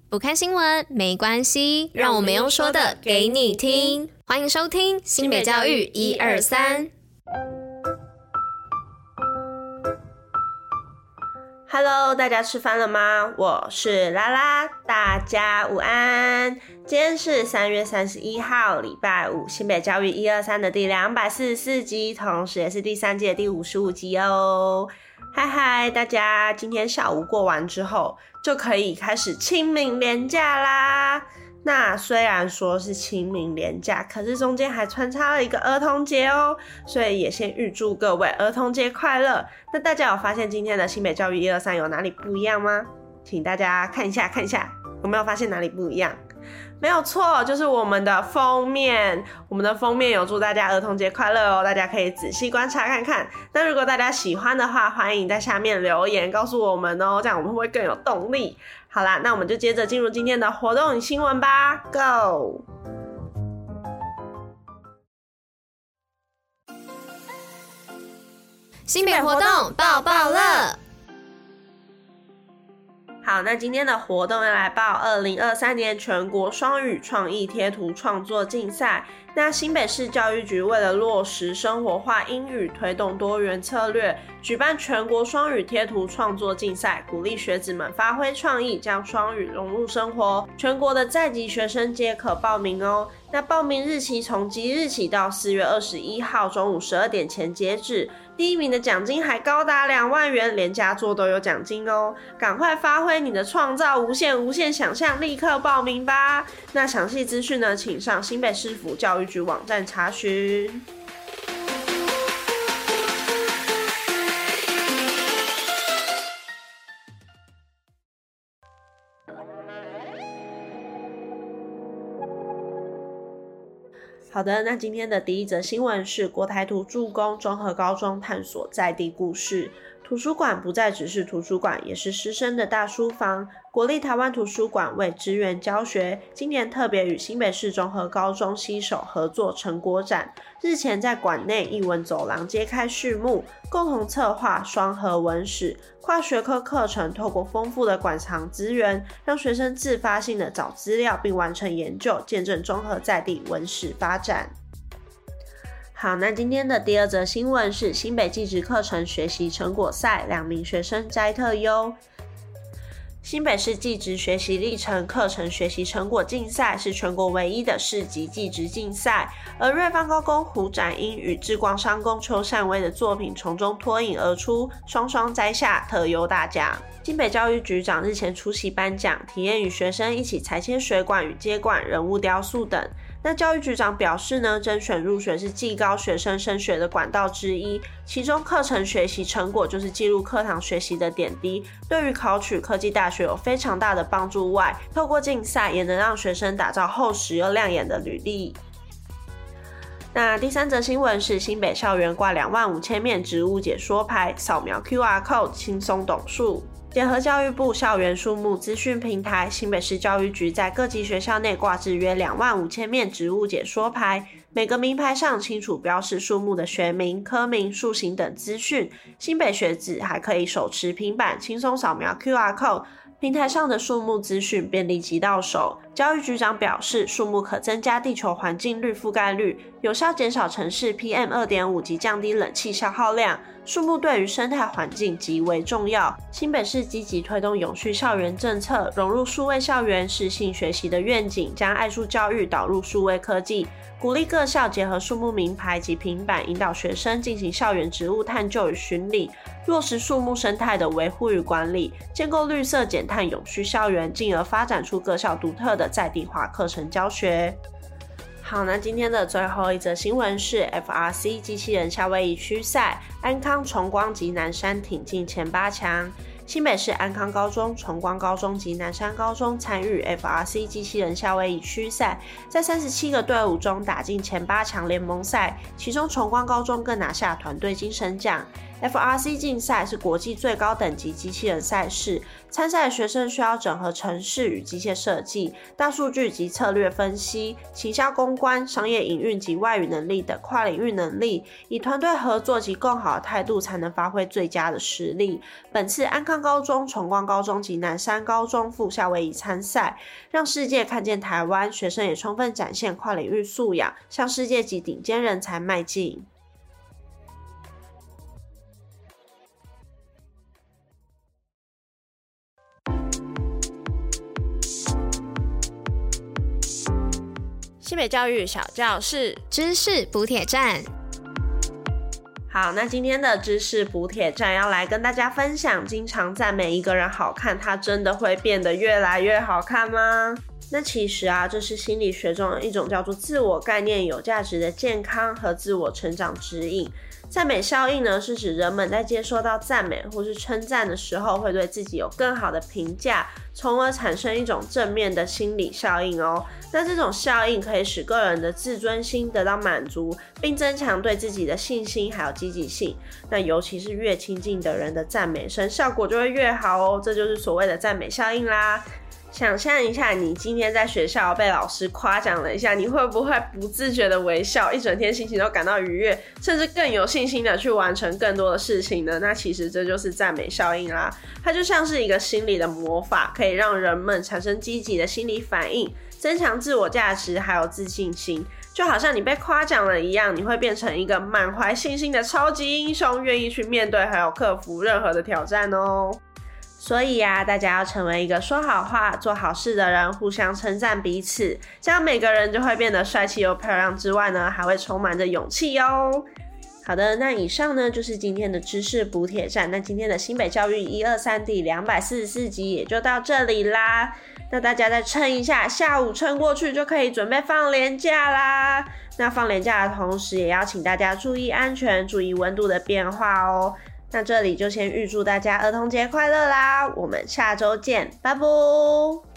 不看新闻没关系，让我们用说的给你听。欢迎收听新北教育123。 Hello， 大家吃饭了吗？我是拉拉，大家午安。今天是3月31号，礼拜五，新北教育123的第244集，同时也是第3季的第55集哦。嗨，大家，今天下午过完之后，就可以开始清明连假啦。那虽然说是清明连假，可是中间还穿插了一个儿童节哦，所以也先预祝各位儿童节快乐。那大家有发现今天的新北教育123有哪里不一样吗？请大家看一下，有没有发现哪里不一样？没有错，就是我们的封面。我们的封面有祝大家儿童节快乐哦，大家可以仔细观察看看。那如果大家喜欢的话，欢迎在下面留言告诉我们哦，这样我们会更有动力。好啦，那我们就接着进入今天的活动与新闻吧 ，Go！ 新北活动报乐。 好，那今天的活动要来报2023年全国双语创意贴图创作竞赛。那新北市教育局为了落实生活化英语，推动多元策略，举办全国双语贴图创作竞赛，鼓励学子们发挥创意，将双语融入生活。全国的在籍学生皆可报名哦。那报名日期从即日起到4月21号中午12点前截止。第一名的奖金还高达2万元，连佳作都有奖金哦！赶快发挥你的创造，无限想象，立刻报名吧！那详细资讯呢，请上新北市府教育局网站查询。好的，那今天的第一则新闻是国台图助攻中和高中探索在地故事。图书馆不再只是图书馆，也是师生的大书房。国立台湾图书馆为支援教学，今年特别与新北市中和高中携手合作成果展，日前在馆内艺文走廊揭开序幕，共同策划双和文史跨学科课程，透过丰富的馆藏资源，让学生自发性的找资料并完成研究，见证中和在地文史发展。好，那今天的第二则新闻是新北技职课程学习成果赛，2名学生摘特优。新北市技职学习历程课程学习成果竞赛是全国唯一的市级技职竞赛，而瑞芳高工胡展英与智光商工邱善威的作品从中脱颖而出，双双摘下特优大奖。新北教育局长日前出席颁奖，体验与学生一起裁切水管与接管、人物雕塑等。那教育局长表示呢，甄选入学是技高学生升学的管道之一，其中课程学习成果就是记录课堂学习的点滴，对于考取科技大学有非常大的帮助外，透过竞赛也能让学生打造厚实又亮眼的履历。那第三则新闻是新北校园挂25000面植物解说牌，扫描 QR Code 轻松懂数。结合教育部校园树木资讯平台，新北市教育局在各级学校内挂置约25000面植物解说牌，每个名牌上清楚标示树木的学名、科名、树型等资讯。新北学子还可以手持平板轻松扫描 QR Code， 平台上的树木资讯便立即到手。教育局长表示，树木可增加地球环境绿覆盖率，有效减少城市 PM2.5 及降低冷气消耗量。树木对于生态环境极为重要。新北市积极推动永续校园政策，融入数位校园适性学习的愿景，将爱树教育导入数位科技，鼓励各校结合树木名牌及平板，引导学生进行校园植物探究与巡礼，落实树木生态的维护与管理，建构绿色减碳永续校园，进而发展出各校独特的在地化课程教学。好，那今天的最后一则新闻是 FRC 机器人夏威夷区赛，安康崇光及南山挺进前8强。新北市安康高中、崇光高中及南山高中参与 FRC 机器人夏威夷区赛，在37个队伍中打进前8强联盟赛，其中崇光高中更拿下团队精神奖。 FRC 竞赛是国际最高等级机器人赛事，参赛的学生需要整合程式与机械设计、大数据及策略分析、行销公关、商业营运及外语能力等跨领域能力，以团队合作及更好的态度才能发挥最佳的实力。本次安康高中、崇光高中及南山高中赴夏威夷参赛，让世界看见台湾，学生也充分展现跨领域素养，向世界级顶尖人才迈进。新北教育小教室， 知识补铁站。 好，那今天的知识补铁站要来跟大家分享，经常赞美一个人好看，他真的会变得越来越好看吗？那其实啊，这是心理学中的一种叫做自我概念有价值的健康和自我成长指引。赞美效应呢，是指人们在接收到赞美或是称赞的时候，会对自己有更好的评价，从而产生一种正面的心理效应哦。那这种效应可以使个人的自尊心得到满足，并增强对自己的信心还有积极性。那尤其是越亲近的人的赞美声，效果就会越好哦。这就是所谓的赞美效应啦。想象一下，你今天在学校被老师夸奖了一下，你会不会不自觉的微笑，一整天心情都感到愉悦，甚至更有信心的去完成更多的事情呢？那其实这就是赞美效应啦，它就像是一个心理的魔法，可以让人们产生积极的心理反应，增强自我价值还有自信心。就好像你被夸奖了一样，你会变成一个满怀信心的超级英雄，愿意去面对还有克服任何的挑战哦。所以啊，大家要成为一个说好话、做好事的人，互相称赞彼此，这样每个人就会变得帅气又漂亮之外呢，还会充满着勇气哦。好的，那以上呢就是今天的知识补铁站。那今天的新北教育123第244集也就到这里啦。那大家再撑一下，下午撑过去就可以准备放连假啦。那放连假的同时，也要请大家注意安全，注意温度的变化哦。那这里就先预祝大家儿童节快乐啦！我们下周见，拜拜。